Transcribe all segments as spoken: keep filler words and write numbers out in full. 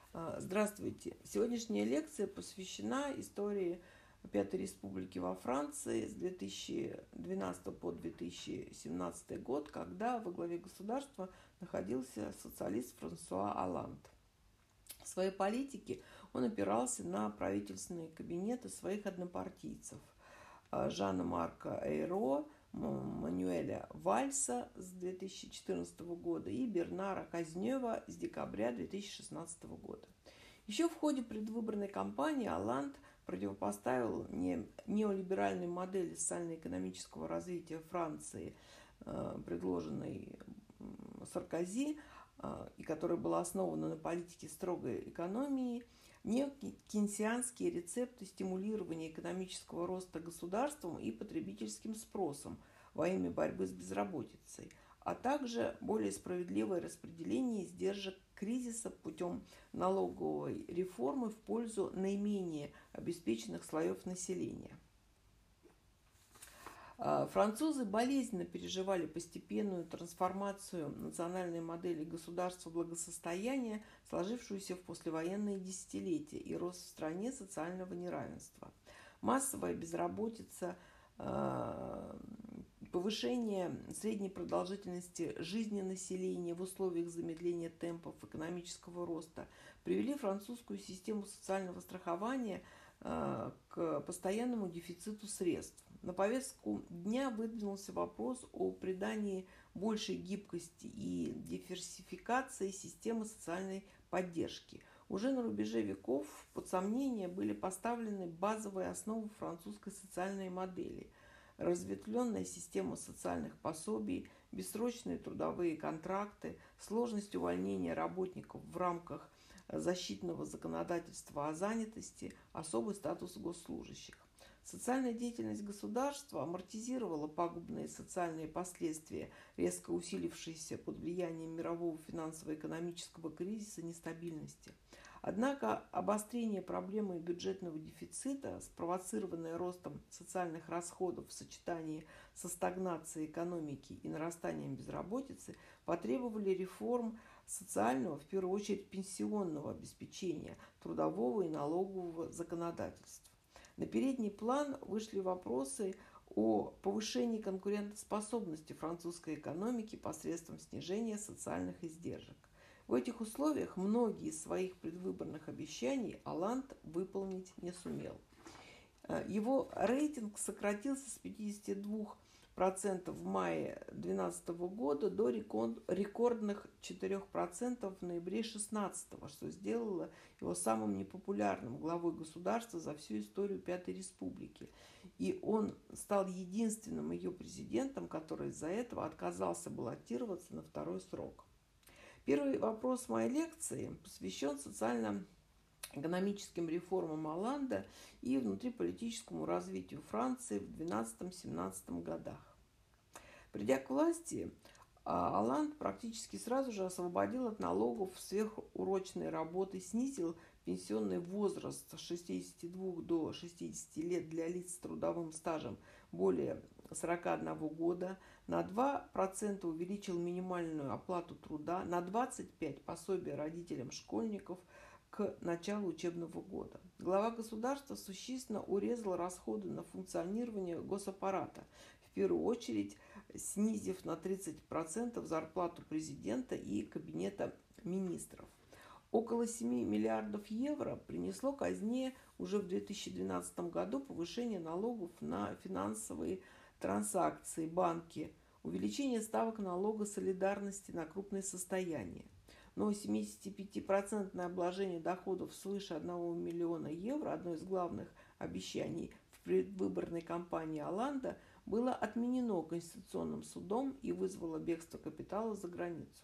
Здравствуйте! Сегодняшняя лекция посвящена истории Пятой Республики во Франции с две тысячи двенадцатого по две тысячи семнадцатый год, когда во главе государства находился социалист Франсуа Олланд. В своей политике он опирался на правительственные кабинеты своих однопартийцев Жана Марка Эйро, Мануэля Вальса с две тысячи четырнадцатого года и Бернара Казнева с декабря две тысячи шестнадцатого года. Еще в ходе предвыборной кампании Олланд противопоставил неолиберальной модели социально-экономического развития Франции, предложенной Саркози, и которая была основана на политике строгой экономии, неокейнсианские рецепты стимулирования экономического роста государством и потребительским спросом во имя борьбы с безработицей, а также более справедливое распределение издержек кризиса путем налоговой реформы в пользу наименее обеспеченных слоев населения. Французы болезненно переживали постепенную трансформацию национальной модели государства благосостояния, сложившуюся в послевоенные десятилетия, и рост в стране социального неравенства. Массовая безработица, повышение средней продолжительности жизни населения в условиях замедления темпов экономического роста привели французскую систему социального страхования к постоянному дефициту средств. На повестку дня выдвинулся вопрос о придании большей гибкости и диверсификации системы социальной поддержки. Уже на рубеже веков под сомнение были поставлены базовые основы французской социальной модели: разветвленная система социальных пособий, бессрочные трудовые контракты, сложность увольнения работников в рамках защитного законодательства о занятости, особый статус госслужащих. Социальная деятельность государства амортизировала пагубные социальные последствия, резко усилившиеся под влиянием мирового финансово-экономического кризиса нестабильности. Однако обострение проблемы бюджетного дефицита, спровоцированное ростом социальных расходов в сочетании со стагнацией экономики и нарастанием безработицы, потребовали реформ социального, в первую очередь пенсионного обеспечения, трудового и налогового законодательств. На передний план вышли вопросы о повышении конкурентоспособности французской экономики посредством снижения социальных издержек. В этих условиях многие из своих предвыборных обещаний Олланд выполнить не сумел. Его рейтинг сократился с пятидесяти двух процентов в мае две тысячи двенадцатого года до рекордных четырёх процентов в ноябре две тысячи шестнадцатого, что сделало его самым непопулярным главой государства за всю историю Пятой Республики. И он стал единственным ее президентом, который из-за этого отказался баллотироваться на второй срок. Первый вопрос моей лекции посвящен социально-экономическим реформам Олланда и внутриполитическому развитию Франции в двенадцатом-семнадцатом годах. Придя к власти, Олланд практически сразу же освободил от налогов сверхурочной работы, снизил пенсионный возраст с шестидесяти двух до шестидесяти лет для лиц с трудовым стажем более сорока одного года, на два процента увеличил минимальную оплату труда, на двадцать пять процентов пособие родителям школьников к началу учебного года. Глава государства существенно урезал расходы на функционирование госаппарата, в первую очередь снизив на тридцать процентов зарплату президента и кабинета министров. Около семи миллиардов евро принесло казне уже в две тысячи двенадцатом году повышение налогов на финансовые транзакции, банки, увеличение ставок налога солидарности на крупные состояния. Но семидесятипятипроцентное обложение доходов свыше одного миллиона евро, одно из главных обещаний в предвыборной кампании Олланда, было отменено Конституционным судом и вызвало бегство капитала за границу.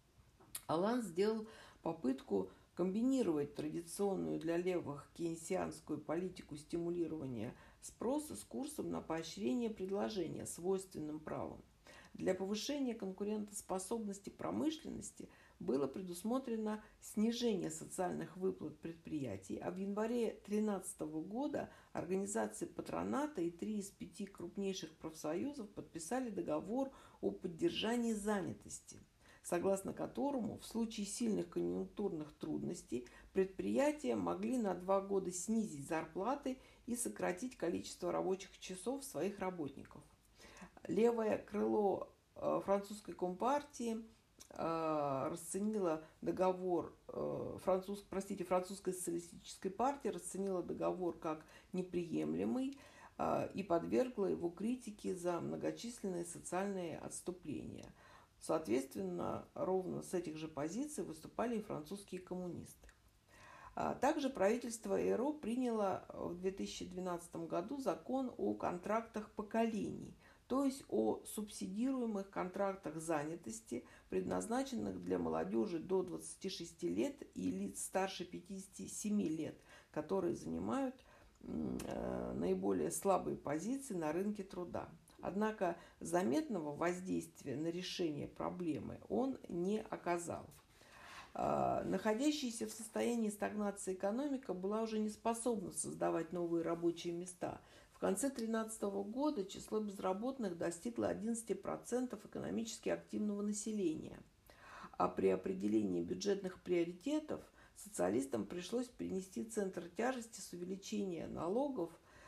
Олланд сделал попытку комбинировать традиционную для левых кейнсианскую политику стимулирования спроса с курсом на поощрение предложения свойственным правом. Для повышения конкурентоспособности промышленности было предусмотрено снижение социальных выплат предприятий, а в январе две тысячи тринадцатого года организации патроната и три из пяти крупнейших профсоюзов подписали договор о поддержании занятости. согласно которому в случае сильных конъюнктурных трудностей предприятия могли на два года снизить зарплаты и сократить количество рабочих часов своих работников. Левое крыло э, французской компартии э, расценило договор, э, француз, простите, французской социалистической партии расценила договор как неприемлемый э, и подвергла его критике за многочисленные социальные отступления. Соответственно, ровно с этих же позиций выступали и французские коммунисты. Также правительство ЭРО приняло в две тысячи двенадцатом году закон о контрактах поколений, то есть о субсидируемых контрактах занятости, предназначенных для молодежи до двадцати шести лет и лиц старше пятидесяти семи лет, которые занимают наиболее слабые позиции на рынке труда. Однако заметного воздействия на решение проблемы он не оказал. Находящаяся в состоянии стагнации экономика была уже не способна создавать новые рабочие места. В конце две тысячи тринадцатого года число безработных достигло одиннадцати процентов экономически активного населения. А при определении бюджетных приоритетов социалистам пришлось перенести центр тяжести с увеличения налогов,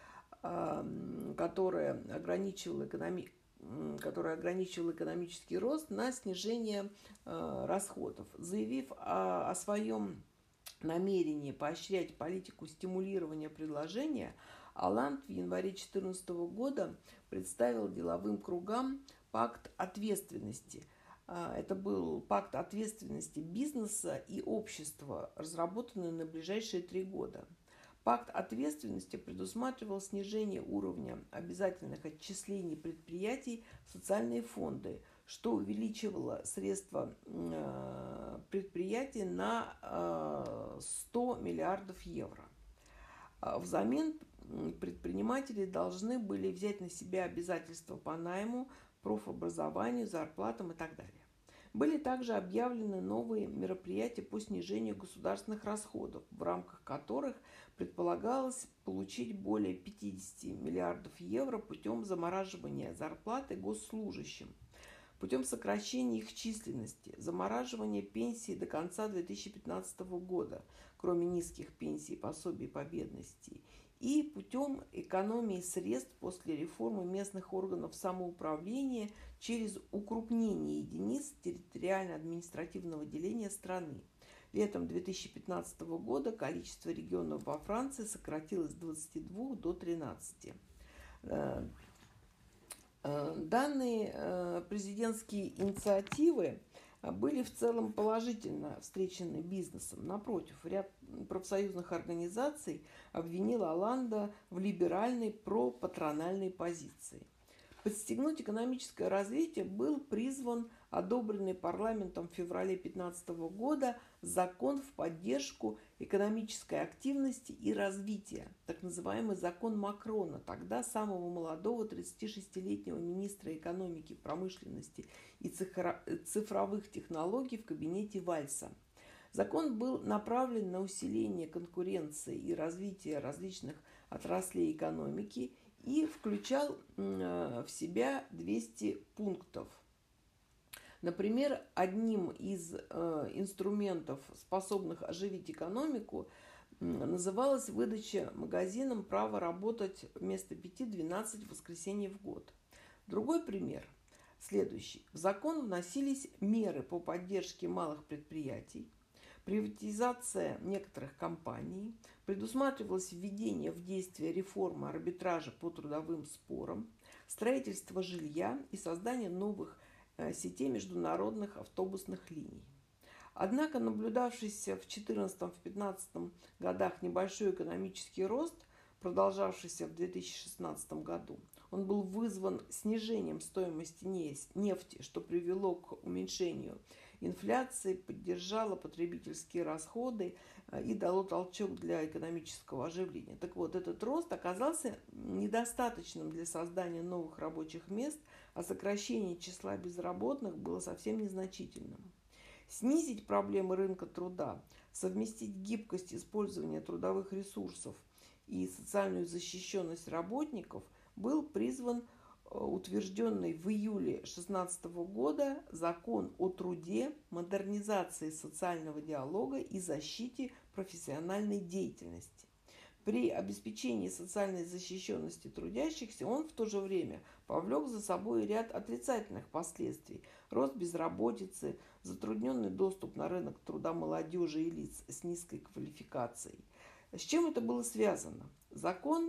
которое ограничивало, экономи... которое ограничивало экономический рост, на снижение расходов. Заявив о, о своем намерении поощрять политику стимулирования предложения, Олланд в январе две тысячи четырнадцатого года представил деловым кругам пакт ответственности. Это был пакт ответственности бизнеса и общества, разработанный на ближайшие три года. Пакт ответственности предусматривал снижение уровня обязательных отчислений предприятий в социальные фонды, что увеличивало средства предприятий на сто миллиардов евро. Взамен предприниматели должны были взять на себя обязательства по найму, профобразованию, зарплатам и так далее. Были также объявлены новые мероприятия по снижению государственных расходов, в рамках которых предполагалось получить более пятидесяти миллиардов евро путем замораживания зарплаты госслужащим, путем сокращения их численности, замораживания пенсий до конца две тысячи пятнадцатого года, кроме низких пенсий и пособий по бедности, и путем экономии средств после реформы местных органов самоуправления через укрупнение единиц территориально-административного деления страны. Летом две тысячи пятнадцатого года количество регионов во Франции сократилось с двадцати двух до тринадцати. Данные президентские инициативы были в целом положительно встречены бизнесом. Напротив, ряд профсоюзных организаций обвинил Олланда в либеральной пропатрональной позиции. Подстегнуть экономическое развитие был призван одобренный парламентом в феврале две тысячи пятнадцатого года закон в поддержку экономической активности и развития, так называемый закон Макрона, тогда самого молодого тридцатишестилетнего министра экономики, промышленности и цифровых технологий в кабинете Вальса. Закон был направлен на усиление конкуренции и развитие различных отраслей экономики и включал в себя двести пунктов. Например, одним из э, инструментов, способных оживить экономику, э, называлась выдача магазинам права работать вместо пяти-двенадцати воскресений в год. Другой пример следующий. В закон вносились меры по поддержке малых предприятий, приватизация некоторых компаний, предусматривалось введение в действие реформы арбитража по трудовым спорам, строительство жилья и создание новых сетей международных автобусных линий. Однако наблюдавшийся в две тысячи четырнадцатом — две тысячи пятнадцатом годах небольшой экономический рост, продолжавшийся в две тысячи шестнадцатом году, он был вызван снижением стоимости нефти, что привело к уменьшению инфляции, поддержало потребительские расходы и дало толчок для экономического оживления. Так вот, этот рост оказался недостаточным для создания новых рабочих мест, а сокращение числа безработных было совсем незначительным. Снизить проблемы рынка труда, совместить гибкость использования трудовых ресурсов и социальную защищенность работников был призван утвержденный в июле шестнадцатого года закон о труде, модернизации социального диалога и защите профессиональной деятельности. При обеспечении социальной защищенности трудящихся он в то же время повлек за собой ряд отрицательных последствий: рост безработицы, затрудненный доступ на рынок труда молодежи и лиц с низкой квалификацией. С чем это было связано? Закон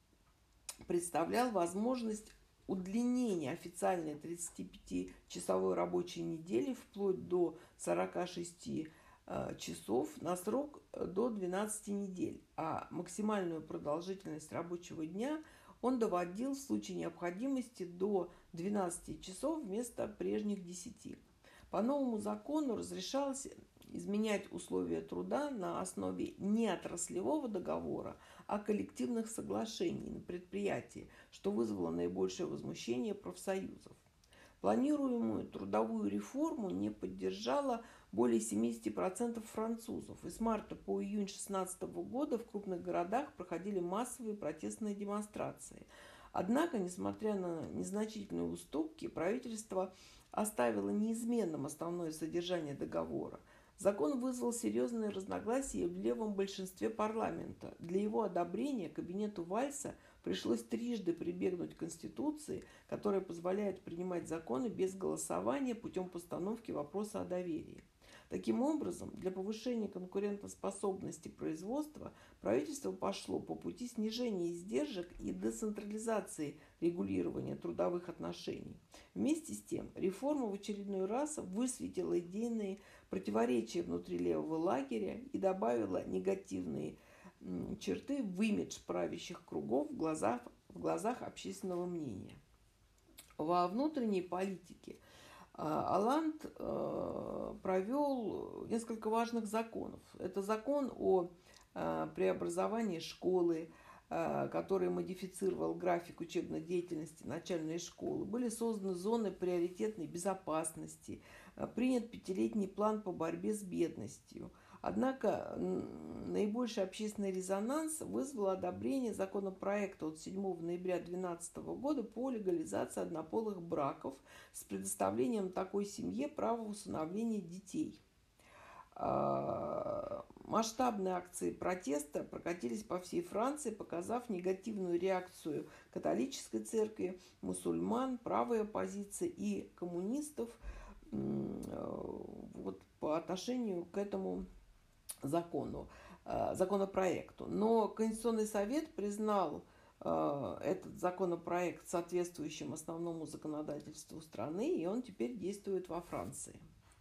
представлял возможность удлинения официальной тридцатипятичасовой рабочей недели вплоть до сорока шести часов на срок до двенадцати недель, а максимальную продолжительность рабочего дня он доводил в случае необходимости до двенадцати часов вместо прежних десяти. По новому закону разрешалось изменять условия труда на основе не отраслевого договора, а коллективных соглашений на предприятии, что вызвало наибольшее возмущение профсоюзов. Планируемую трудовую реформу не поддержало более семидесяти процентов французов, и с марта по июнь две тысячи шестнадцатого года в крупных городах проходили массовые протестные демонстрации. Однако, несмотря на незначительные уступки, правительство оставило неизменным основное содержание договора. Закон вызвал серьезные разногласия в левом большинстве парламента. Для его одобрения кабинету Вальса пришлось трижды прибегнуть к Конституции, которая позволяет принимать законы без голосования путем постановки вопроса о доверии. Таким образом, для повышения конкурентоспособности производства правительство пошло по пути снижения издержек и децентрализации регулирования трудовых отношений. Вместе с тем, реформа в очередной раз высветила идейные противоречия внутри левого лагеря и добавила негативные черты в имидж правящих кругов в глазах, в глазах общественного мнения. Во внутренней политике Олланд провел несколько важных законов. Это закон о преобразовании школы, который модифицировал график учебной деятельности начальной школы. Были созданы зоны приоритетной безопасности, принят пятилетний план по борьбе с бедностью. Однако наибольший общественный резонанс вызвало одобрение законопроекта от седьмого ноября две тысячи двенадцатого года по легализации однополых браков с предоставлением такой семье права усыновления детей. Масштабные акции протеста прокатились по всей Франции, показав негативную реакцию католической церкви, мусульман, правой оппозиции и коммунистов вот, по отношению к этому закону, законопроекту. Но Конституционный совет признал этот законопроект соответствующим основному законодательству страны, и он теперь действует во Франции.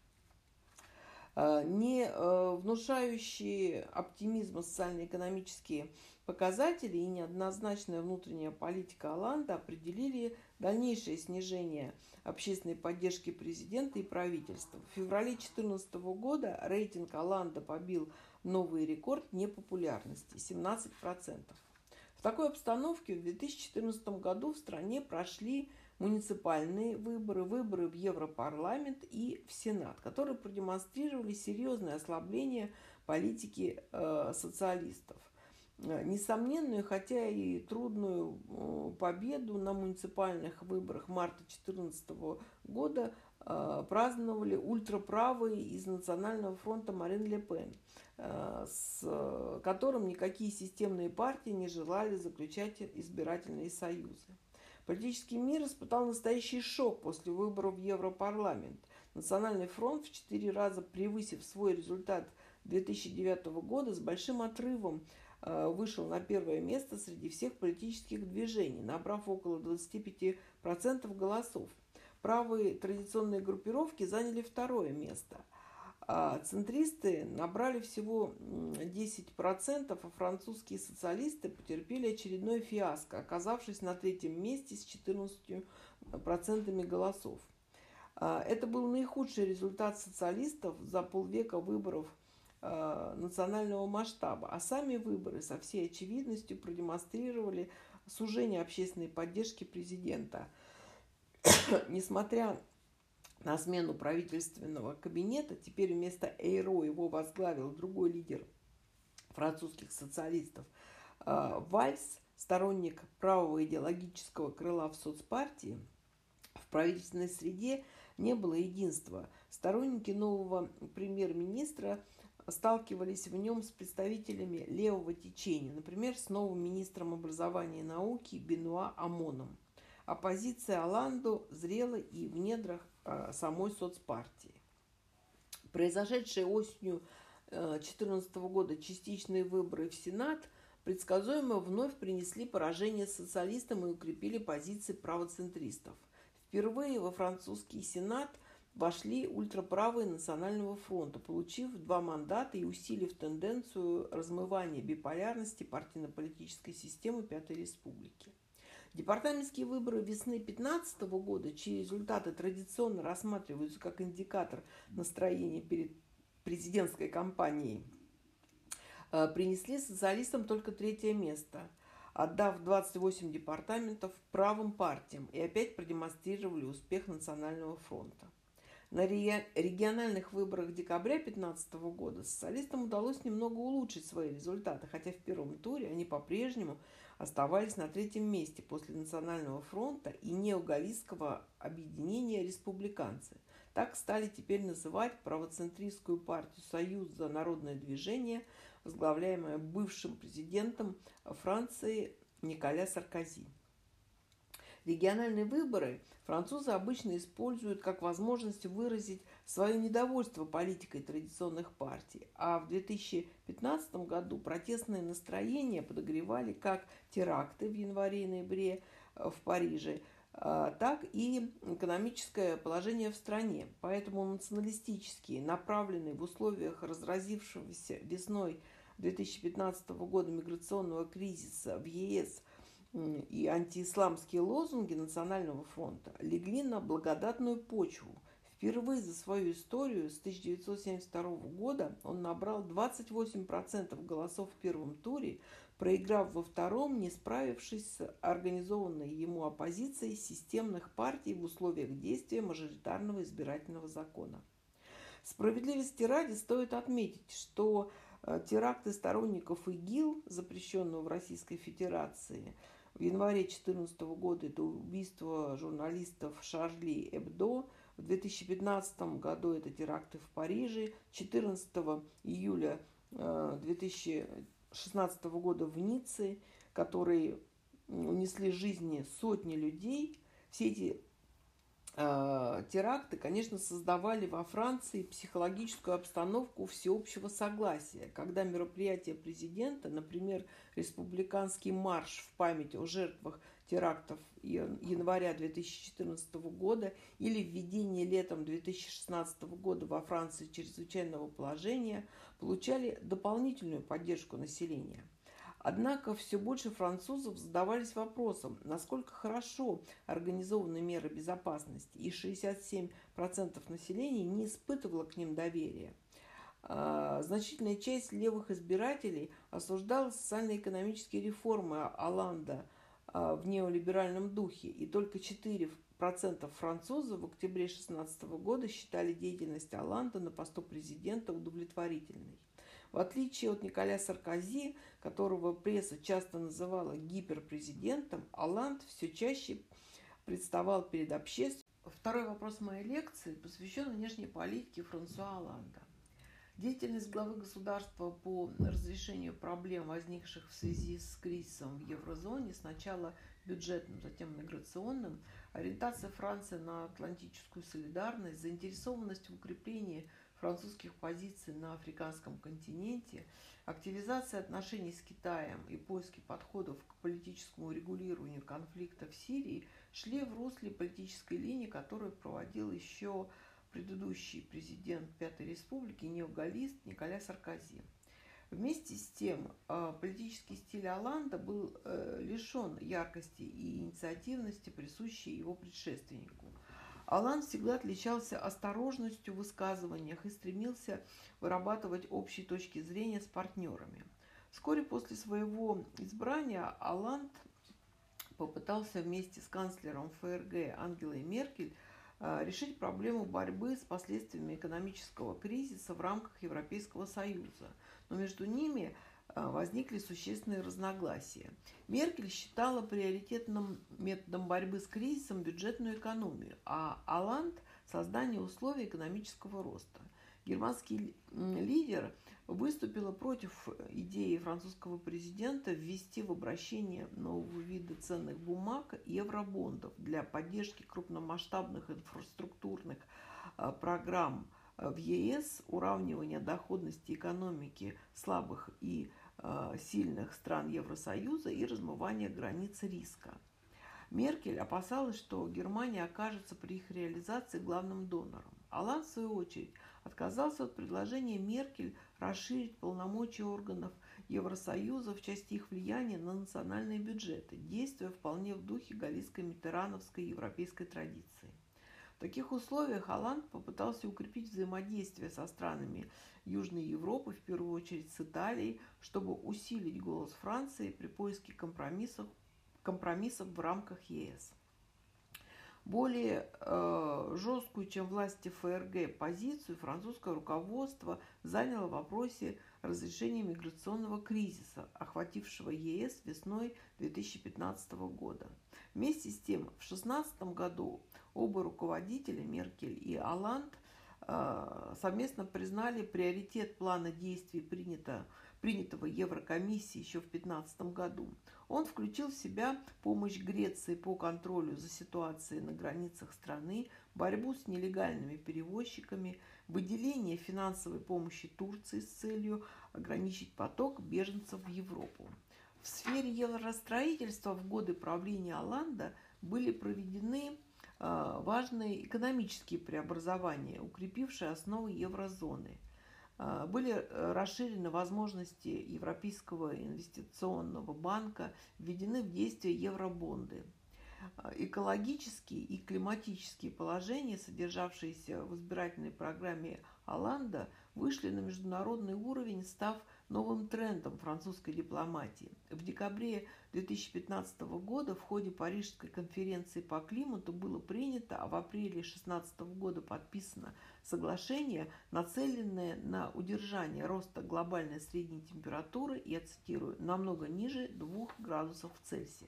Не внушающие оптимизма социально-экономические показатели и неоднозначная внутренняя политика Олланда определили дальнейшее снижение общественной поддержки президента и правительства. В феврале две тысячи четырнадцатого года рейтинг Олланда побил новый рекорд непопулярности – семнадцать процентов. В такой обстановке в две тысячи четырнадцатом году в стране прошли муниципальные выборы, выборы в Европарламент и в Сенат, которые продемонстрировали серьезное ослабление политики э, социалистов. Несомненную, хотя и трудную победу на муниципальных выборах марта две тысячи четырнадцатого года э, праздновали ультраправые из Национального фронта Марин Ле Пен, э, с которым никакие системные партии не желали заключать избирательные союзы. Политический мир испытал настоящий шок после выборов в Европарламент. Национальный фронт, в четыре раза превысив свой результат две тысячи девятого года, с большим отрывом э, вышел на первое место среди всех политических движений, набрав около двадцати пяти процентов голосов. Правые традиционные группировки заняли второе место. А центристы набрали всего десять процентов, а французские социалисты потерпели очередное фиаско, оказавшись на третьем месте с четырнадцатью процентами голосов. Это был наихудший результат социалистов за полвека выборов национального масштаба, а сами выборы со всей очевидностью продемонстрировали сужение общественной поддержки президента. Несмотря на смену правительственного кабинета, теперь вместо Эйро его возглавил другой лидер французских социалистов Вальс, сторонник правого идеологического крыла в соцпартии, в правительственной среде не было единства. Сторонники нового премьер-министра сталкивались в нем с представителями левого течения, например, с новым министром образования и науки Бенуа Амоном. Оппозиция Оланду зрела и в недрах э, самой соцпартии. Произошедшие осенью две тысячи четырнадцатого года частичные выборы в Сенат предсказуемо вновь принесли поражение социалистам и укрепили позиции правоцентристов. Впервые во французский Сенат вошли ультраправые Национального фронта, получив два мандата и усилив тенденцию размывания биполярности партийно-политической системы Пятой Республики. Департаментские выборы весны две тысячи пятнадцатого года, чьи результаты традиционно рассматриваются как индикатор настроения перед президентской кампанией, принесли социалистам только третье место, отдав двадцать восемь департаментов правым партиям, и опять продемонстрировали успех Национального фронта. На региональных выборах декабря две тысячи пятнадцатого года социалистам удалось немного улучшить свои результаты, хотя в первом туре они по-прежнему оставались на третьем месте после Национального фронта и неогаллийского объединения республиканцы. Так стали теперь называть правоцентристскую партию «Союз за народное движение», возглавляемое бывшим президентом Франции Николя Саркози. Региональные выборы французы обычно используют как возможность выразить свое недовольство политикой традиционных партий, а в две тысячи пятнадцатом году протестные настроения подогревали как теракты в январе и ноябре в Париже, так и экономическое положение в стране. Поэтому националистические, направленные в условиях разразившегося весной две тысячи пятнадцатого года миграционного кризиса в ЕС и антиисламские лозунги Национального фронта легли на благодатную почву. Впервые за свою историю с тысяча девятьсот семьдесят второго года он набрал двадцать восемь процентов голосов в первом туре, проиграв во втором, не справившись с организованной ему оппозицией системных партий в условиях действия мажоритарного избирательного закона. Справедливости ради стоит отметить, что теракты сторонников ИГИЛ, запрещенного в Российской Федерации, в январе две тысячи четырнадцатого года это убийство журналистов Шарли Эбдо, в две тысячи пятнадцатом году это теракты в Париже, четырнадцатого июля две тысячи шестнадцатого года в Ницце, которые унесли жизни сотни людей. Все эти э, теракты, конечно, создавали во Франции психологическую обстановку всеобщего согласия, когда мероприятия президента, например, республиканский марш в память о жертвах терактов января две тысячи четырнадцатого года или введение летом две тысячи шестнадцатого года во Франции чрезвычайного положения, получали дополнительную поддержку населения. Однако все больше французов задавались вопросом, насколько хорошо организованы меры безопасности, и шестьдесят семь процентов населения не испытывало к ним доверия. Значительная часть левых избирателей осуждала социально-экономические реформы Оланда в неолиберальном духе, и только четыре процента французов в октябре две тысячи шестнадцатого года считали деятельность Оланда на посту президента удовлетворительной. В отличие от Николя Саркози, которого пресса часто называла гиперпрезидентом, Оланд все чаще представал перед общественностью. Второй вопрос моей лекции посвящен внешней политике Франсуа Оланда. Деятельность главы государства по разрешению проблем, возникших в связи с кризисом в еврозоне, сначала бюджетным, затем миграционным, ориентация Франции на атлантическую солидарность, заинтересованность в укреплении французских позиций на африканском континенте, активизация отношений с Китаем и поиски подходов к политическому регулированию конфликта в Сирии шли в русле политической линии, которую проводил еще предыдущий президент Пятой Республики, неогаллист Николя Саркози. Вместе с тем, политический стиль Оланда был лишен яркости и инициативности, присущей его предшественнику. Оланд всегда отличался осторожностью в высказываниях и стремился вырабатывать общие точки зрения с партнерами. Вскоре после своего избрания Оланд попытался вместе с канцлером ФРГ Ангелой Меркель решить проблему борьбы с последствиями экономического кризиса в рамках Европейского Союза. Но между ними возникли существенные разногласия. Меркель считала приоритетным методом борьбы с кризисом бюджетную экономию, а Олланд – создание условий экономического роста. Германский лидер выступила против идеи французского президента ввести в обращение нового вида ценных бумаг евробондов для поддержки крупномасштабных инфраструктурных программ в ЕС, уравнивания доходности экономики слабых и сильных стран Евросоюза и размывания границ риска. Меркель опасалась, что Германия окажется при их реализации главным донором. Олланд, в свою очередь, отказался от предложения Меркель расширить полномочия органов Евросоюза в части их влияния на национальные бюджеты, действуя вполне в духе галлийско-миттерановской европейской традиции. В таких условиях Олланд попытался укрепить взаимодействие со странами Южной Европы, в первую очередь с Италией, чтобы усилить голос Франции при поиске компромиссов, компромиссов в рамках ЕС. Более э, жесткую, чем власти ФРГ, позицию французское руководство заняло в вопросе разрешения миграционного кризиса, охватившего ЕС весной две тысячи пятнадцатого года. Вместе с тем, в две тысячи шестнадцатом году оба руководителя, Меркель и Олланд, э, совместно признали приоритет плана действий, принято, принятого Еврокомиссией еще в две тысячи пятнадцатом году. Он включил в себя помощь Греции по контролю за ситуацией на границах страны, борьбу с нелегальными перевозчиками, выделение финансовой помощи Турции с целью ограничить поток беженцев в Европу. В сфере евростроительства в годы правления Олланда были проведены э, важные экономические преобразования, укрепившие основы еврозоны. Были расширены возможности Европейского инвестиционного банка, введены в действие евробонды. Экологические и климатические положения, содержавшиеся в избирательной программе Олланда, вышли на международный уровень, став новым трендом французской дипломатии. В декабре две тысячи пятнадцатого года в ходе Парижской конференции по климату было принято, а в апреле две тысячи шестнадцатого года подписано соглашение, нацеленное на удержание роста глобальной средней температуры, я цитирую, намного ниже двух градусов Цельсия.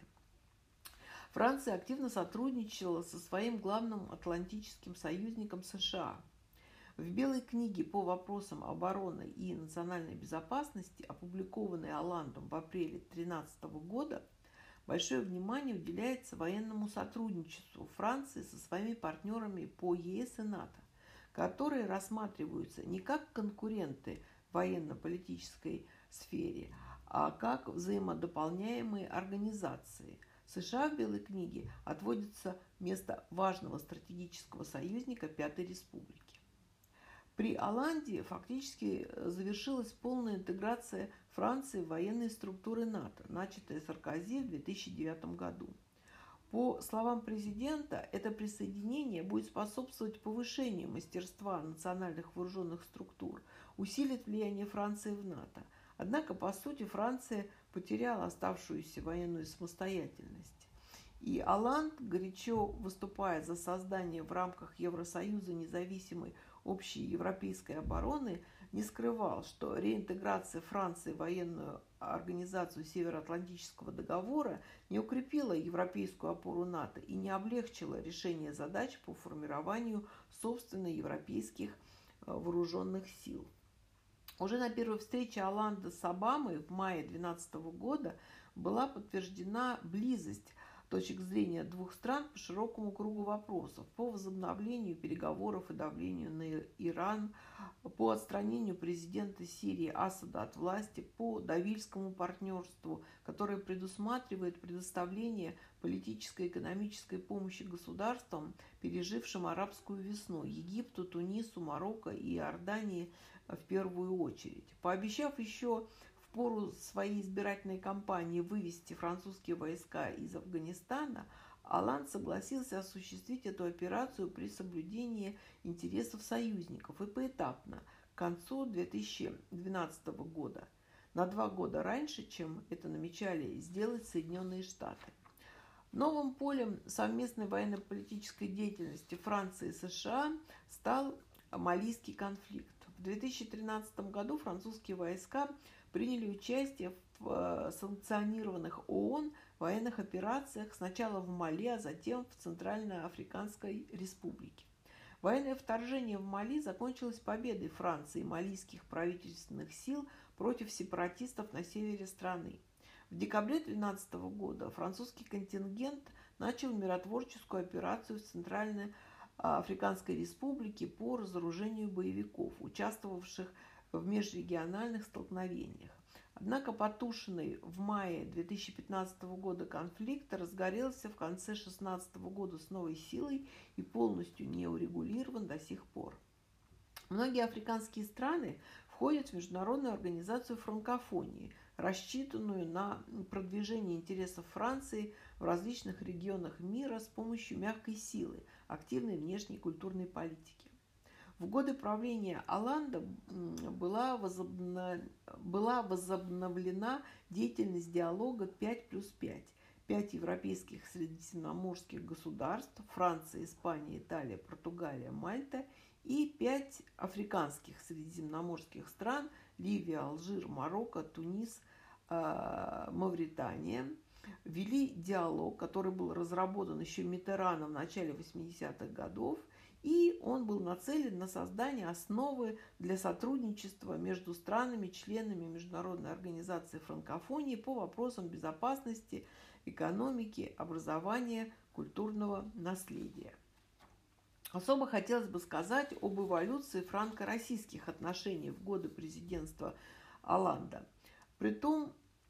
Франция активно сотрудничала со своим главным атлантическим союзником США. В Белой книге по вопросам обороны и национальной безопасности, опубликованной Олландом в апреле две тысячи тринадцатого года, большое внимание уделяется военному сотрудничеству Франции со своими партнерами по ЕС и НАТО, которые рассматриваются не как конкуренты в военно-политической сфере, а как взаимодополняемые организации. США в Белой книге отводится место важного стратегического союзника Пятой Республики. При Олланде фактически завершилась полная интеграция Франции в военные структуры НАТО, начатая Саркози в две тысячи девятом году. По словам президента, это присоединение будет способствовать повышению мастерства национальных вооруженных структур, усилит влияние Франции в НАТО. Однако, по сути, Франция потеряла оставшуюся военную самостоятельность. И Олланд, горячо выступая за создание в рамках Евросоюза независимой общей европейской обороны, не скрывал, что реинтеграция Франции в военную организацию Североатлантического договора не укрепила европейскую опору НАТО и не облегчила решение задач по формированию собственных европейских вооруженных сил. Уже на первой встрече Олланда с Обамой в мае две тысячи двенадцатого года была подтверждена близость точек зрения двух стран по широкому кругу вопросов: по возобновлению переговоров и давлению на Иран, по отстранению президента Сирии Асада от власти, по Давильскому партнерству, которое предусматривает предоставление политической и экономической помощи государствам, пережившим арабскую весну, Египту, Тунису, Марокко и Иордании в первую очередь. Пообещав еще в пору своей избирательной кампании вывести французские войска из Афганистана, Олланд согласился осуществить эту операцию при соблюдении интересов союзников и поэтапно, к концу две тысячи двенадцатого года, на два года раньше, чем это намечали сделать Соединенные Штаты. Новым полем совместной военно-политической деятельности Франции и США стал малийский конфликт. В две тысячи тринадцатом году французские войска приняли участие в санкционированных ООН военных операциях сначала в Мали, а затем в Центральноафриканской Республике. Военное вторжение в Мали закончилось победой Франции и малийских правительственных сил против сепаратистов на севере страны. В декабре две тысячи двенадцатого года французский контингент начал миротворческую операцию в Центральноафриканской Республике по разоружению боевиков, участвовавших в межрегиональных столкновениях. Однако потушенный в мае две тысячи пятнадцатого года конфликт разгорелся в конце две тысячи шестнадцатого года с новой силой и полностью не урегулирован до сих пор. Многие африканские страны входят в Международную организацию франкофонии, рассчитанную на продвижение интересов Франции в различных регионах мира с помощью мягкой силы, активной внешней культурной политики. В годы правления Олланда была, возобна... была возобновлена деятельность диалога пять плюс пять. Пять европейских средиземноморских государств – Франция, Испания, Италия, Португалия, Мальта – и пять африканских средиземноморских стран – Ливия, Алжир, Марокко, Тунис, Мавритания – вели диалог, который был разработан еще Миттераном в начале восьмидесятых годов, и он был нацелен на создание основы для сотрудничества между странами-членами Международной организации франкофонии по вопросам безопасности, экономики, образования, культурного наследия. Особо хотелось бы сказать об эволюции франко-российских отношений в годы президентства Олланда. При том,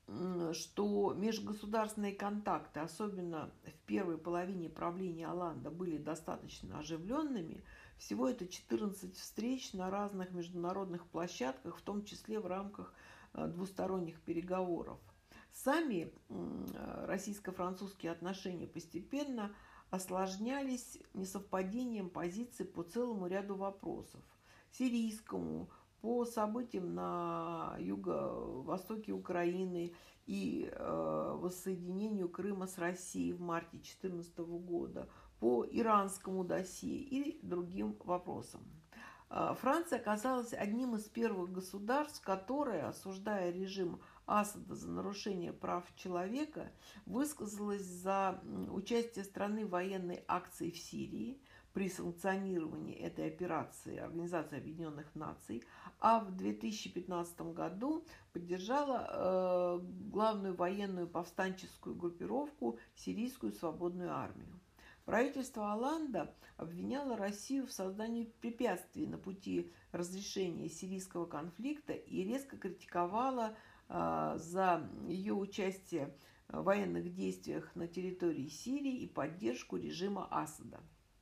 что межгосударственные контакты, особенно в первой половине правления Олланда, были достаточно оживленными, всего это четырнадцать встреч на разных международных площадках, в том числе в рамках двусторонних переговоров. Сами российско-французские отношения постепенно осложнялись несовпадением позиций по целому ряду вопросов. Сирийскому, по событиям на юго-востоке Украины и э, воссоединению Крыма с Россией в марте две тысячи четырнадцатого года, по иранскому досье и другим вопросам. Франция оказалась одним из первых государств, которое, осуждая режим Асада за нарушение прав человека, высказалась за участие страны в военной акции в Сирии при санкционировании этой операции Организации Объединенных Наций, а в две тысячи пятнадцатом году поддержала э, главную военную повстанческую группировку Сирийскую свободную армию. Правительство Олланда обвиняло Россию в создании препятствий на пути разрешения сирийского конфликта и резко критиковало э, за ее участие в военных действиях на территории Сирии и поддержку режима Асада.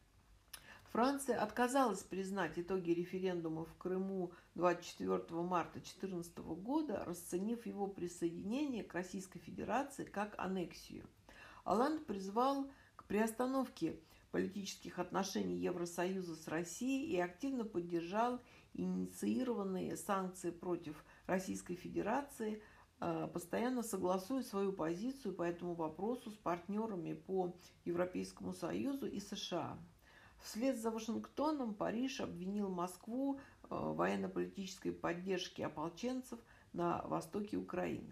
Франция отказалась признать итоги референдума в Крыму двадцать четвёртого марта две тысячи четырнадцатого года, расценив его присоединение к Российской Федерации как аннексию. Олланд призвал к приостановке политических отношений Евросоюза с Россией и активно поддержал инициированные санкции против Российской Федерации, постоянно согласуя свою позицию по этому вопросу с партнерами по Европейскому Союзу и США. Вслед за Вашингтоном Париж обвинил Москву в военно-политической поддержке ополченцев на востоке Украины.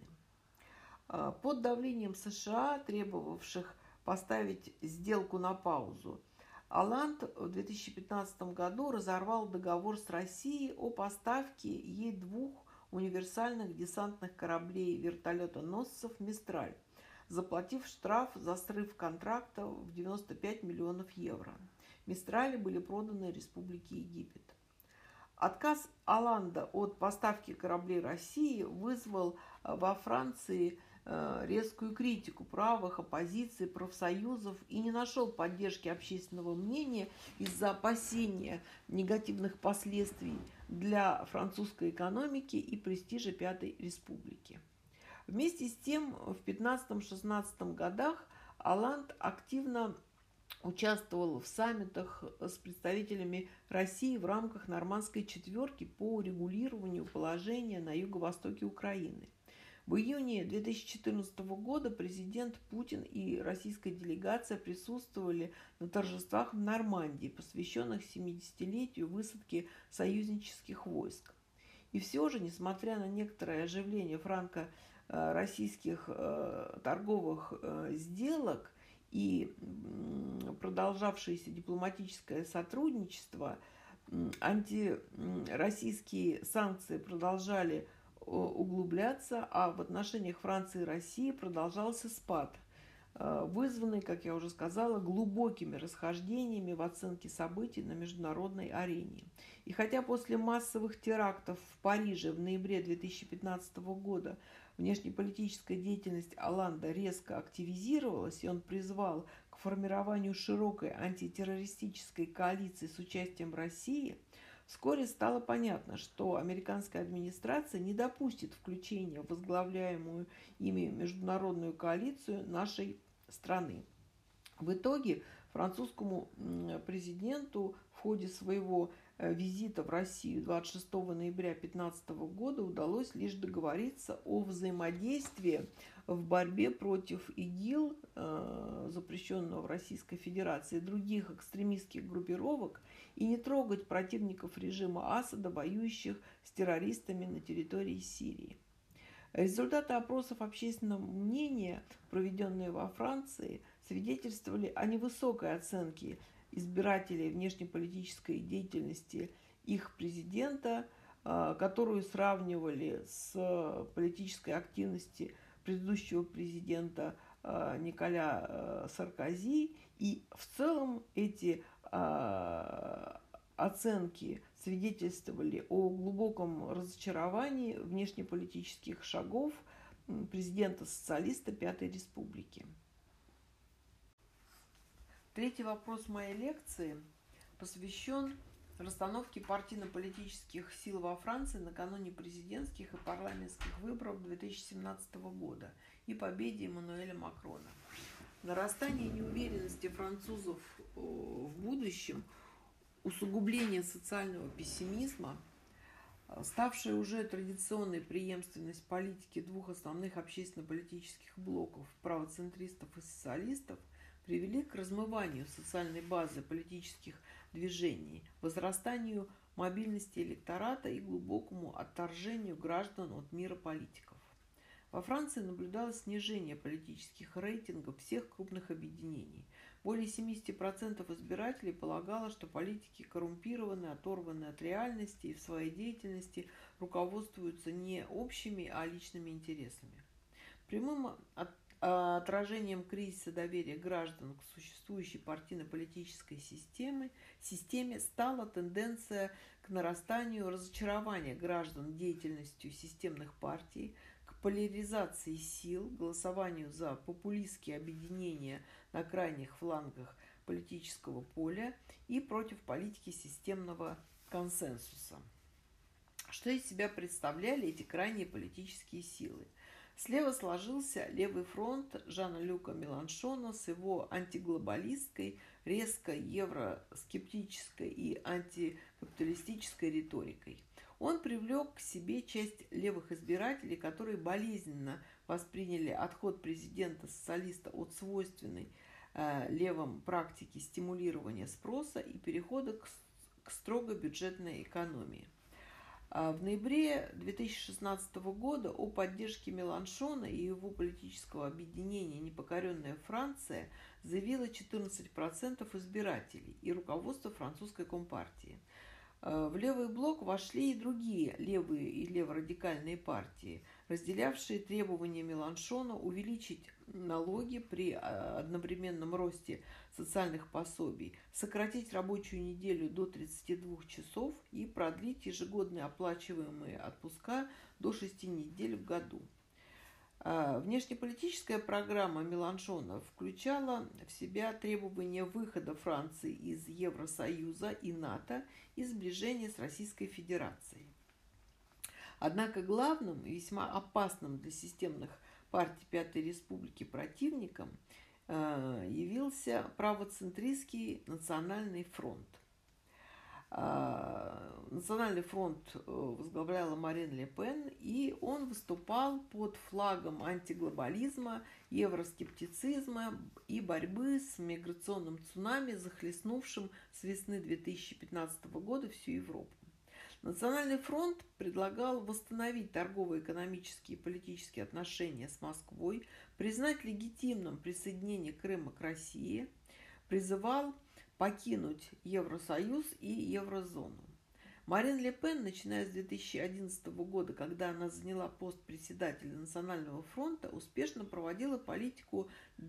Под давлением США, требовавших поставить сделку на паузу, Олланд в две тысячи пятнадцатом году разорвал договор с Россией о поставке ей двух универсальных десантных кораблей-вертолетоносцев «Мистраль», заплатив штраф за срыв контракта в девяносто пять миллионов евро. «Мистрали» были проданы Республике Египет. Отказ Олланда от поставки кораблей России вызвал во Франции резкую критику правых, оппозиции, профсоюзов и не нашел поддержки общественного мнения из-за опасения негативных последствий для французской экономики и престижа Пятой Республики. Вместе с тем, в пятнадцатом-шестнадцатом годах Олланд активно участвовал в саммитах с представителями России в рамках Нормандской четверки по урегулированию положения на юго-востоке Украины. В июне две тысячи четырнадцатого года президент Путин и российская делегация присутствовали на торжествах в Нормандии, посвященных семидесятилетию высадки союзнических войск. И все же, несмотря на некоторое оживление франко-российских торговых сделок и продолжавшееся дипломатическое сотрудничество, антироссийские санкции продолжали углубляться, а в отношениях Франции и России продолжался спад, вызванный, как я уже сказала, глубокими расхождениями в оценке событий на международной арене. И хотя после массовых терактов в Париже в ноябре две тысячи пятнадцатого года внешнеполитическая деятельность Олланда резко активизировалась, и он призвал к формированию широкой антитеррористической коалиции с участием России, вскоре стало понятно, что американская администрация не допустит включения в возглавляемую ими международную коалицию нашей страны. В итоге французскому президенту в ходе своего визита в Россию двадцать шестого ноября две тысячи пятнадцатого года удалось лишь договориться о взаимодействии в борьбе против ИГИЛ, запрещенного в Российской Федерации, и других экстремистских группировок, и не трогать противников режима Асада, воюющих с террористами на территории Сирии. Результаты опросов общественного мнения, проведенные во Франции, свидетельствовали о невысокой оценке избирателей внешнеполитической деятельности их президента, которую сравнивали с политической активностью предыдущего президента Николя Саркози. И в целом эти оценки свидетельствовали о глубоком разочаровании внешнеполитических шагов президента-социалиста Пятой Республики. Третий вопрос моей лекции посвящен расстановке партийно-политических сил во Франции накануне президентских и парламентских выборов две тысячи семнадцатого года и победе Эммануэля Макрона. Нарастание неуверенности французов в будущем, усугубление социального пессимизма, ставшая уже традиционной преемственность политики двух основных общественно-политических блоков – правоцентристов и социалистов – привели к размыванию социальной базы политических движений, возрастанию мобильности электората и глубокому отторжению граждан от мира политиков. Во Франции наблюдалось снижение политических рейтингов всех крупных объединений. Более семьдесят процентов избирателей полагало, что политики коррумпированы, оторваны от реальности и в своей деятельности руководствуются не общими, а личными интересами. Прямым от отражением кризиса доверия граждан к существующей партийно-политической системе, системе стала тенденция к нарастанию разочарования граждан деятельностью системных партий, к поляризации сил, голосованию за популистские объединения на крайних флангах политического поля и против политики системного консенсуса. Что из себя представляли эти крайние политические силы? Слева сложился левый фронт Жана-Люка Меланшона с его антиглобалистской, резко евроскептической и антикапиталистической риторикой. Он привлек к себе часть левых избирателей, которые болезненно восприняли отход президента-социалиста от свойственной э, левым практики стимулирования спроса и перехода к, к строго бюджетной экономии. В ноябре две тысячи шестнадцатого года о поддержке Меланшона и его политического объединения «Непокоренная Франция» заявило четырнадцать процентов избирателей и руководство французской компартии. В левый блок вошли и другие левые и леворадикальные партии, разделявшие требования Меланшона увеличить налоги при одновременном росте социальных пособий, сократить рабочую неделю до тридцати двух часов и продлить ежегодные оплачиваемые отпуска до шести недель в году. Внешнеполитическая программа Меланшона включала в себя требования выхода Франции из Евросоюза и НАТО и сближения с Российской Федерацией. Однако главным и весьма опасным для системных партий Пятой Республики противником явился правоцентристский Национальный фронт. Национальный фронт возглавляла Марин Ле Пен, и он выступал под флагом антиглобализма, евроскептицизма и борьбы с миграционным цунами, захлестнувшим с весны две тысячи пятнадцатого года всю Европу. Национальный фронт предлагал восстановить торгово-экономические и политические отношения с Москвой, признать легитимным присоединение Крыма к России, призывал покинуть Евросоюз и Еврозону. Марин Ле Пен, начиная с две тысячи одиннадцатого года, когда она заняла пост председателя Национального фронта, успешно проводила политику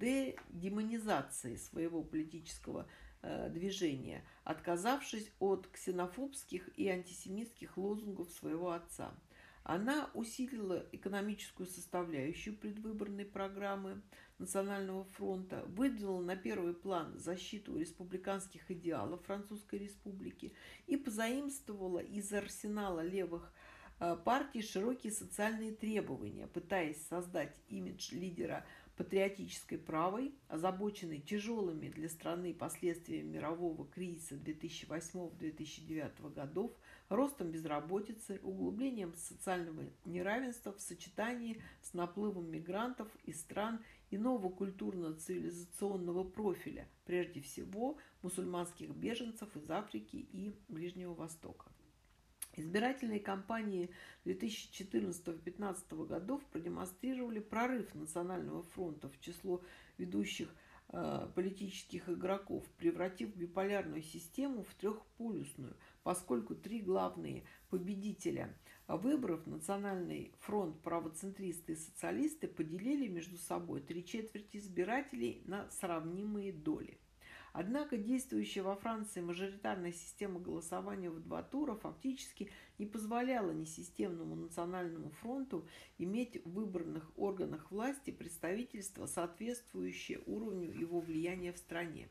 дедемонизации своего политического э, движения, отказавшись от ксенофобских и антисемитских лозунгов своего отца. Она усилила экономическую составляющую предвыборной программы Национального фронта, выдвинула на первый план защиту республиканских идеалов Французской республики и позаимствовала из арсенала левых партий широкие социальные требования, пытаясь создать имидж лидера патриотической правой, озабоченной тяжелыми для страны последствиями мирового кризиса две тысячи восьмого — две тысячи девятого годов, ростом безработицы, углублением социального неравенства в сочетании с наплывом мигрантов из стран иного культурно-цивилизационного профиля, прежде всего мусульманских беженцев из Африки и Ближнего Востока. Избирательные кампании две тысячи четырнадцатого — две тысячи пятнадцатого годов продемонстрировали прорыв Национального фронта в число ведущих э, политических игроков, превратив биполярную систему в трехполюсную, поскольку три главные победителя выборов, Национальный фронт, правоцентристы и социалисты, поделили между собой три четверти избирателей на сравнимые доли. Однако действующая во Франции мажоритарная система голосования в два тура фактически не позволяла несистемному Национальному фронту иметь в выборных органах власти представительство, соответствующее уровню его влияния в стране.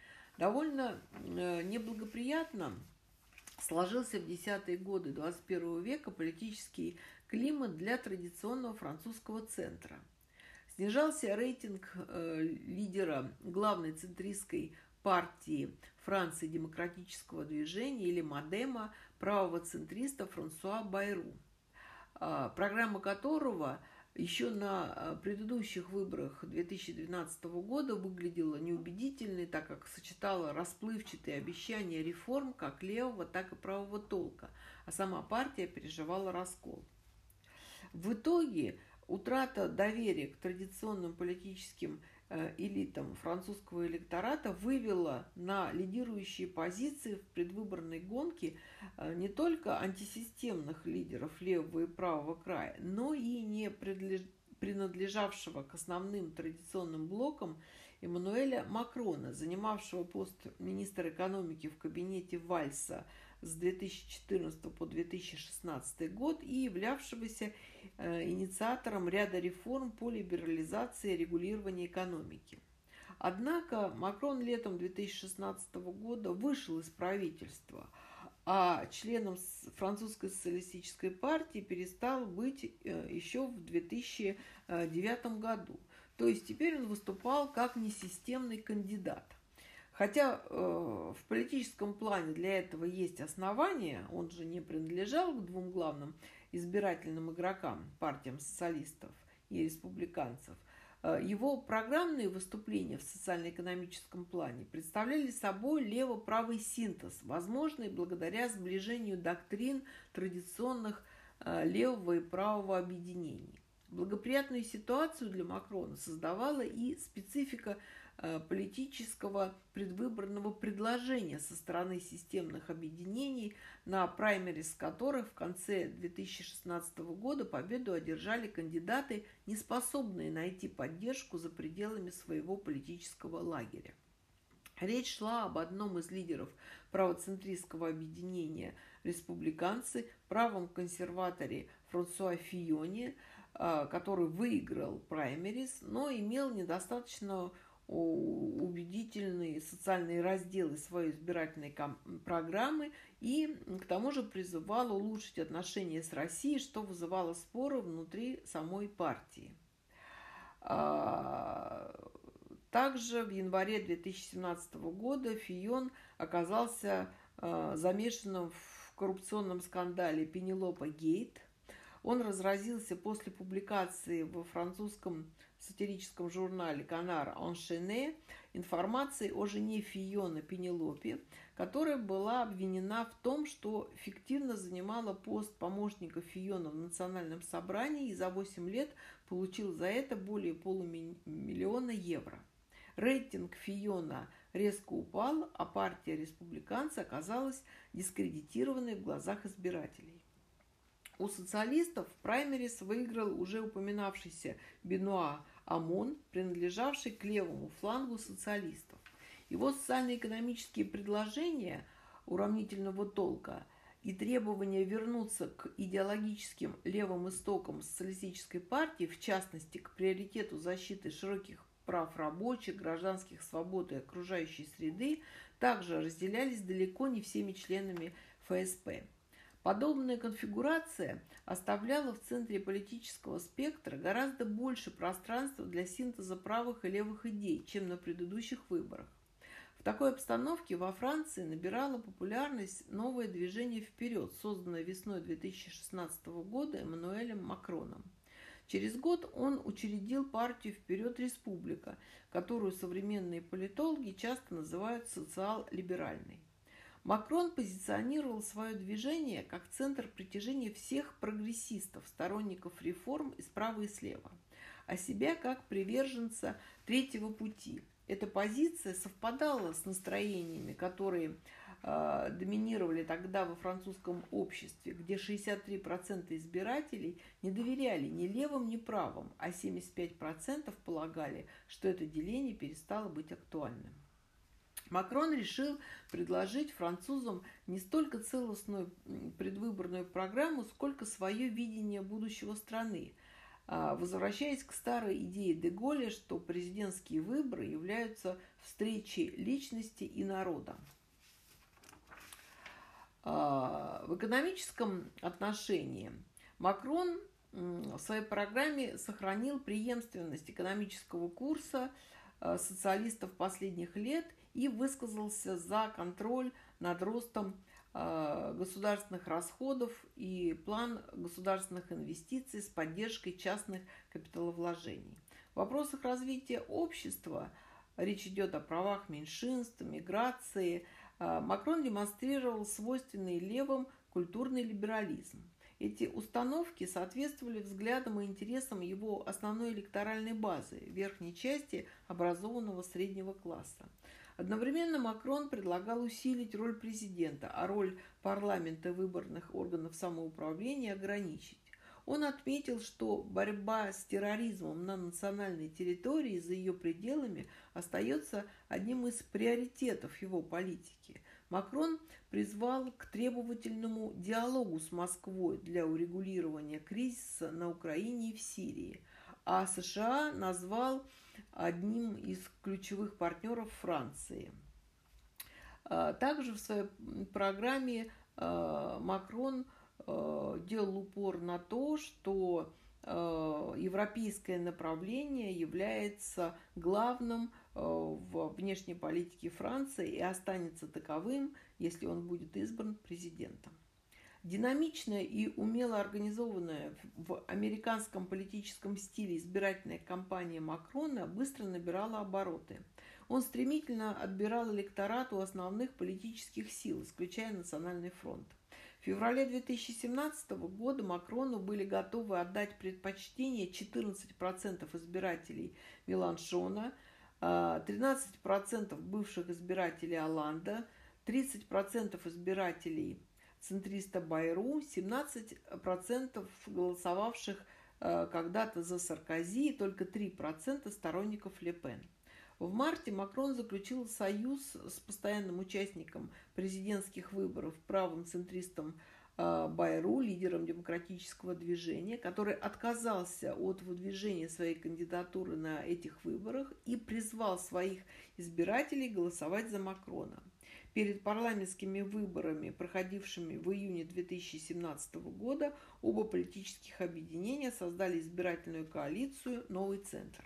Довольно э, неблагоприятно сложился в десятые годы двадцать первого века политический климат для традиционного французского центра. Снижался рейтинг э, лидера главной центристской партии Франции демократического движения или Модема, правого центриста Франсуа Байру, программа которого еще на предыдущих выборах две тысячи двенадцатого года выглядела неубедительной, так как сочетала расплывчатые обещания реформ как левого, так и правого толка, а сама партия переживала раскол. В итоге утрата доверия к традиционным политическим элитам французского электората вывела на лидирующие позиции в предвыборной гонке не только антисистемных лидеров левого и правого края, но и не принадлежавшего к основным традиционным блокам Эммануэля Макрона, занимавшего пост министра экономики в кабинете Вальса с две тысячи четырнадцатого по две тысячи шестнадцатый год и являвшегося э, инициатором ряда реформ по либерализации и регулированию экономики. Однако Макрон летом две тысячи шестнадцатого года вышел из правительства, а членом французской социалистической партии перестал быть э, еще в две тысячи девятом году. То есть теперь он выступал как несистемный кандидат. Хотя э, в политическом плане для этого есть основания, он же не принадлежал к двум главным избирательным игрокам, партиям социалистов и республиканцев, э, его программные выступления в социально-экономическом плане представляли собой лево-правый синтез, возможный благодаря сближению доктрин традиционных э, левого и правого объединений. Благоприятную ситуацию для Макрона создавала и специфика политического предвыборного предложения со стороны системных объединений, на праймерис которых в конце две тысячи шестнадцатого года победу одержали кандидаты, не способные найти поддержку за пределами своего политического лагеря. Речь шла об одном из лидеров правоцентристского объединения «Республиканцы», правом консерваторе Франсуа Фийоне, который выиграл праймерис, но имел недостаточно убедительные социальные разделы своей избирательной программы и к тому же призывал улучшить отношения с Россией, что вызывало споры внутри самой партии. Также в январе две тысячи семнадцатого года Фийон оказался замешанным в коррупционном скандале Пенелопа Гейт. Он разразился после публикации во французском сатирическом журнале «Canard Enchaîné» информации о жене Фиона Пенелопе, которая была обвинена в том, что фиктивно занимала пост помощника Фиона в национальном собрании и за восемь лет получил за это более полумиллиона евро. Рейтинг Фиона резко упал, а партия республиканцев оказалась дискредитированной в глазах избирателей. У социалистов в праймерис выиграл уже упоминавшийся Бенуа Амон, принадлежавший к левому флангу социалистов. Его социально-экономические предложения уравнительного толка и требования вернуться к идеологическим левым истокам социалистической партии, в частности, к приоритету защиты широких прав рабочих, гражданских свобод и окружающей среды, также разделялись далеко не всеми членами эф эс пэ. Подобная конфигурация оставляла в центре политического спектра гораздо больше пространства для синтеза правых и левых идей, чем на предыдущих выборах. В такой обстановке во Франции набирало популярность новое движение «Вперед», созданное весной две тысячи шестнадцатого года Эммануэлем Макроном. Через год он учредил партию «Вперед, Республика», которую современные политологи часто называют социал-либеральной. Макрон позиционировал свое движение как центр притяжения всех прогрессистов, сторонников реформ и справа и слева, а себя как приверженца третьего пути. Эта позиция совпадала с настроениями, которые э, доминировали тогда во французском обществе, где шестьдесят три процента избирателей не доверяли ни левым, ни правым, а семьдесят пять процентов полагали, что это деление перестало быть актуальным. Макрон решил предложить французам не столько целостную предвыборную программу, сколько свое видение будущего страны, возвращаясь к старой идее де Голля, что президентские выборы являются встречей личности и народа. В экономическом отношении Макрон в своей программе сохранил преемственность экономического курса социалистов последних лет и высказался за контроль над ростом государственных расходов и план государственных инвестиций с поддержкой частных капиталовложений. В вопросах развития общества, речь идет о правах меньшинств, миграции, Макрон демонстрировал свойственный левым культурный либерализм. Эти установки соответствовали взглядам и интересам его основной электоральной базы, верхней части образованного среднего класса. Одновременно Макрон предлагал усилить роль президента, а роль парламента и выборных органов самоуправления ограничить. Он отметил, что борьба с терроризмом на национальной территории и за ее пределами остается одним из приоритетов его политики. Макрон призвал к требовательному диалогу с Москвой для урегулирования кризиса на Украине и в Сирии, а США назвал одним из ключевых партнеров Франции. Также в своей программе Макрон делал упор на то, что европейское направление является главным в внешней политике Франции и останется таковым, если он будет избран президентом. Динамичная и умело организованная в американском политическом стиле избирательная кампания Макрона быстро набирала обороты. Он стремительно отбирал электорат у основных политических сил, исключая Национальный фронт. В феврале две тысячи семнадцатого года Макрону были готовы отдать предпочтение четырнадцать процентов избирателей Меланшона, тринадцать процентов бывших избирателей Олланда, тридцать процентов избирателей центриста Байру, семнадцать процентов голосовавших когда-то за Саркози и только три процента сторонников Ле Пен. В марте Макрон заключил союз с постоянным участником президентских выборов, правым центристом Байру, лидером демократического движения, который отказался от выдвижения своей кандидатуры на этих выборах и призвал своих избирателей голосовать за Макрона. Перед парламентскими выборами, проходившими в июне две тысячи семнадцатого года, оба политических объединения создали избирательную коалицию «Новый центр».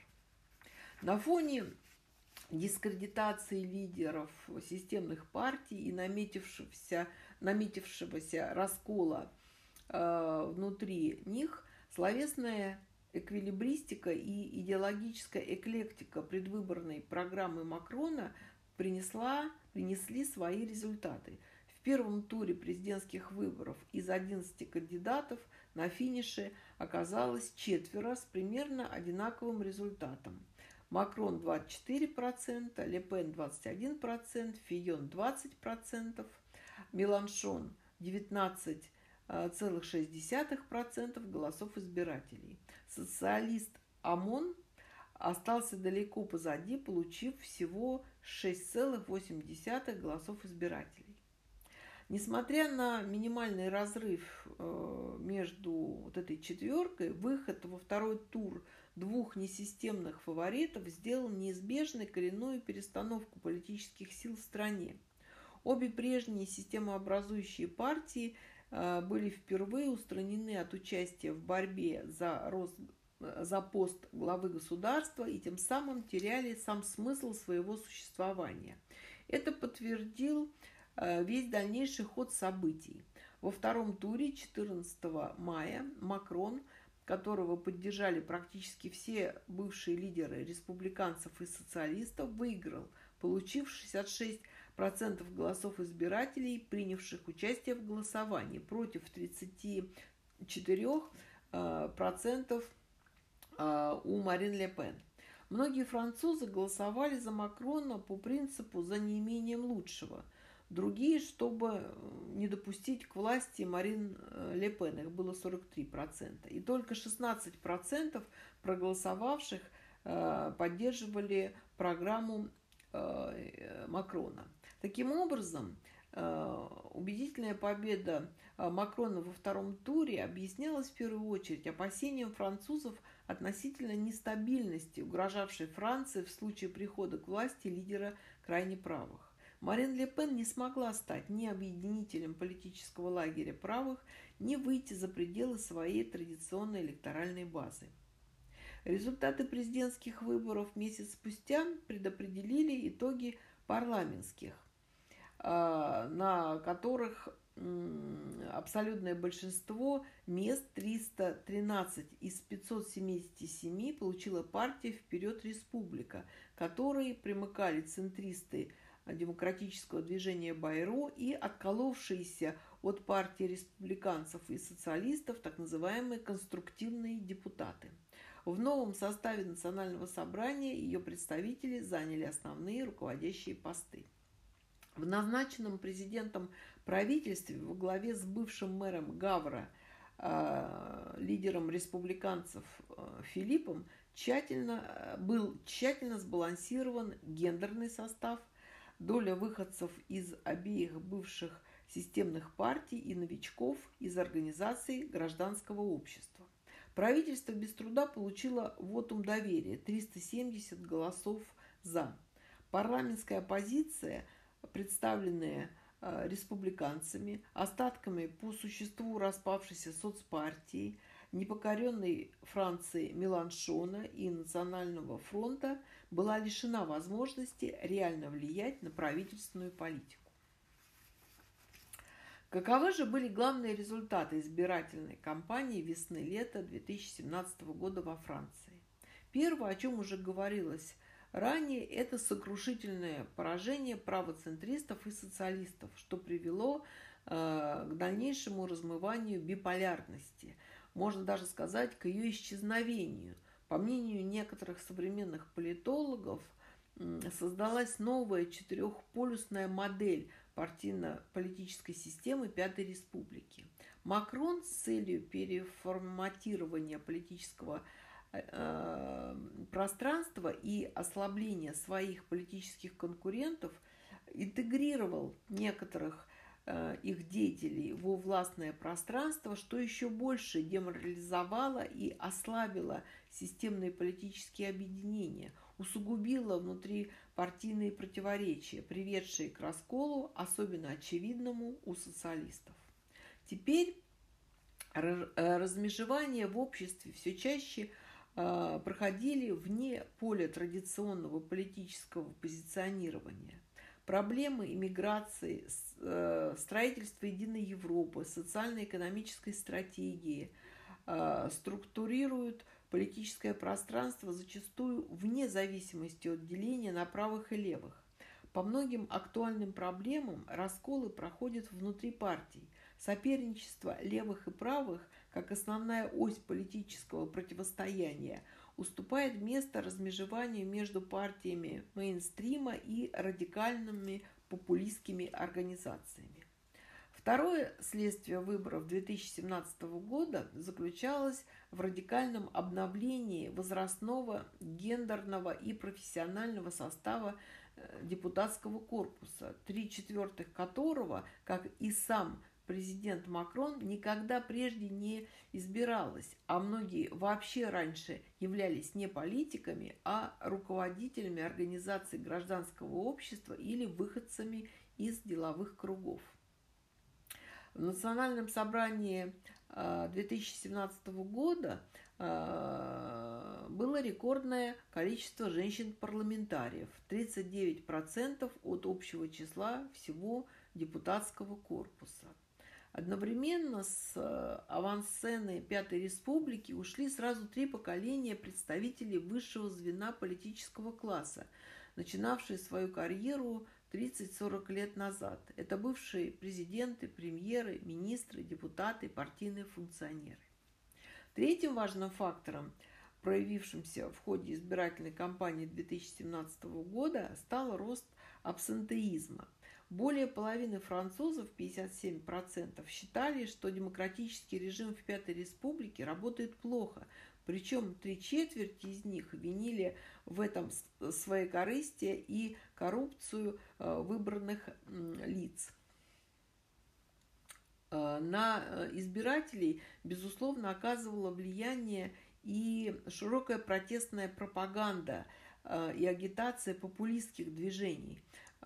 На фоне дискредитации лидеров системных партий и наметившегося, наметившегося раскола э, внутри них словесная эквилибристика и идеологическая эклектика предвыборной программы Макрона принесла, принесли свои результаты. В первом туре президентских выборов из одиннадцати кандидатов на финише оказалось четверо с примерно одинаковым результатом. Макрон двадцать четыре процента, Ле Пен двадцать один процент, Фийон двадцать процентов, Меланшон девятнадцать целых шесть десятых процента голосов избирателей. Социалист Амон остался далеко позади, получив всего шесть целых восемь десятых голосов избирателей. Несмотря на минимальный разрыв между вот этой четверкой, выход во второй тур двух несистемных фаворитов сделал неизбежной коренную перестановку политических сил в стране. Обе прежние системообразующие партии были впервые устранены от участия в борьбе за, рост, за пост главы государства и тем самым теряли сам смысл своего существования. Это подтвердил весь дальнейший ход событий. Во втором туре четырнадцатого мая Макрон, которого поддержали практически все бывшие лидеры республиканцев и социалистов, выиграл, получив шестьдесят шесть процентов голосов избирателей, принявших участие в голосовании, против тридцати четырёх процентов у Марин Ле Пен. Многие французы голосовали за Макрона по принципу «за неимением лучшего», другие, чтобы не допустить к власти Марин Ле Пен, их было сорок три процента. И только шестнадцать процентов проголосовавших поддерживали программу Макрона. Таким образом, убедительная победа Макрона во втором туре объяснялась в первую очередь опасением французов относительно нестабильности, угрожавшей Франции в случае прихода к власти лидера крайне правых. Марин Ле Пен не смогла стать ни объединителем политического лагеря правых, ни выйти за пределы своей традиционной электоральной базы. Результаты президентских выборов месяц спустя предопределили итоги парламентских, на которых абсолютное большинство мест, триста тринадцать из пятисот семидесяти семи, получила партия «Вперед, Республика», которой примыкали центристы демократического движения Байро и отколовшиеся от партии республиканцев и социалистов так называемые конструктивные депутаты. В новом составе Национального собрания ее представители заняли основные руководящие посты. В назначенном президентом правительстве во главе с бывшим мэром Гавра, э, лидером республиканцев э, Филиппом, тщательно, был тщательно сбалансирован гендерный состав, доля выходцев из обеих бывших системных партий и новичков из организаций гражданского общества. Правительство без труда получило вотум доверия – триста семьдесят голосов «за». Парламентская оппозиция, представленная э, республиканцами, остатками по существу распавшейся соцпартии, непокоренной Франции Меланшона и Национального фронта, была лишена возможности реально влиять на правительственную политику. Каковы же были главные результаты избирательной кампании весны-лета две тысячи семнадцатого года во Франции? Первое, о чем уже говорилось ранее, это сокрушительное поражение правоцентристов и социалистов, что привело э, к дальнейшему размыванию биполярности, можно даже сказать, к ее исчезновению. По мнению некоторых современных политологов, создалась новая четырехполюсная модель партийно-политической системы Пятой Республики. Макрон с целью переформатирования политического э, пространства и ослабления своих политических конкурентов интегрировал некоторых э, их деятелей во властное пространство, что еще больше деморализовало и ослабило системные политические объединения, усугубило внутрипартийные противоречия, приведшие к расколу, особенно очевидному у социалистов. Теперь размежевания в обществе все чаще э, проходили вне поля традиционного политического позиционирования. Проблемы иммиграции, строительства единой Европы, социально-экономической стратегии структурируют политическое пространство зачастую вне зависимости от деления на правых и левых. По многим актуальным проблемам расколы проходят внутри партий. Соперничество левых и правых, как основная ось политического противостояния, уступает место размежеванию между партиями мейнстрима и радикальными популистскими организациями. Второе следствие выборов две тысячи семнадцатого года заключалось в радикальном обновлении возрастного, гендерного и профессионального состава депутатского корпуса, три четвертых которого, как и сам президент Макрон, никогда прежде не избиралось, а многие вообще раньше являлись не политиками, а руководителями организаций гражданского общества или выходцами из деловых кругов. В Национальном собрании две тысячи семнадцатого года было рекордное количество женщин-парламентариев – тридцать девять процентов от общего числа всего депутатского корпуса. Одновременно с авансцены Пятой Республики ушли сразу три поколения представителей высшего звена политического класса, начинавшие свою карьеру тридцать-сорок лет назад. Это бывшие президенты, премьеры, министры, депутаты, партийные функционеры. Третьим важным фактором, проявившимся в ходе избирательной кампании две тысячи семнадцатого года, стал рост абсентеизма. Более половины французов, пятьдесят семь процентов, считали, что демократический режим в Пятой Республике работает плохо, причем три четверти из них винили в этом своекорыстие и коррупцию выбранных лиц. На избирателей, безусловно, оказывало влияние и широкая протестная пропаганда и агитация популистских движений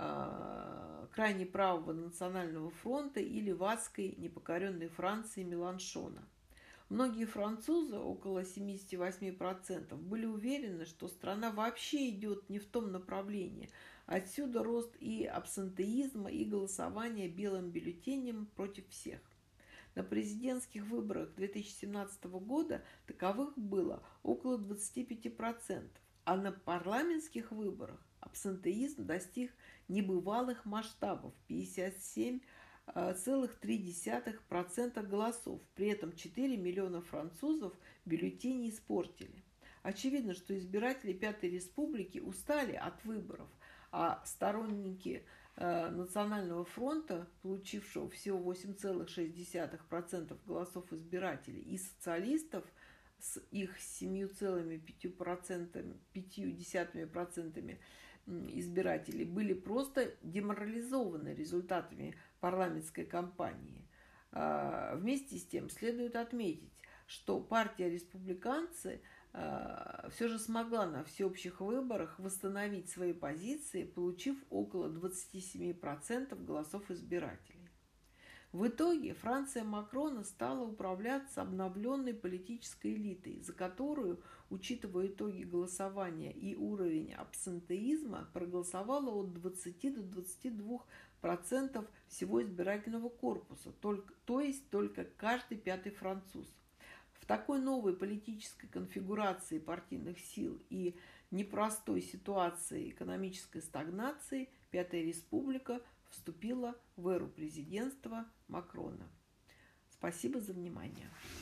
крайне правого национального фронта и левацкой непокоренной Франции Меланшона. Многие французы, около семьдесят восемь процентов, были уверены, что страна вообще идет не в том направлении. Отсюда рост и абсентеизма, и голосования белым бюллетенем против всех. На президентских выборах две тысячи семнадцатого года таковых было около двадцати пяти процентов, а на парламентских выборах абсентеизм достиг небывалых масштабов – пятьдесят семь целых три десятых процента голосов. При этом четыре миллиона французов бюллетени испортили. Очевидно, что избиратели Пятой Республики устали от выборов, а сторонники э, Национального фронта, получившего всего восемь целых шесть десятых процента голосов избирателей, и социалистов с их семью целых пятью десятыми процента избирателей, были просто деморализованы результатами парламентской кампании. Вместе с тем следует отметить, что партия республиканцы все же смогла на всеобщих выборах восстановить свои позиции, получив около двадцати семи процентов голосов избирателей. В итоге Франция Макрона стала управляться обновленной политической элитой, за которую, учитывая итоги голосования и уровень абсентеизма, проголосовало от двадцати до двадцати двух процентов всего избирательного корпуса, только, то есть только каждый пятый француз. В такой новой политической конфигурации партийных сил и непростой ситуации экономической стагнации Пятая Республика вступила в эру президентства Макрона. Спасибо за внимание.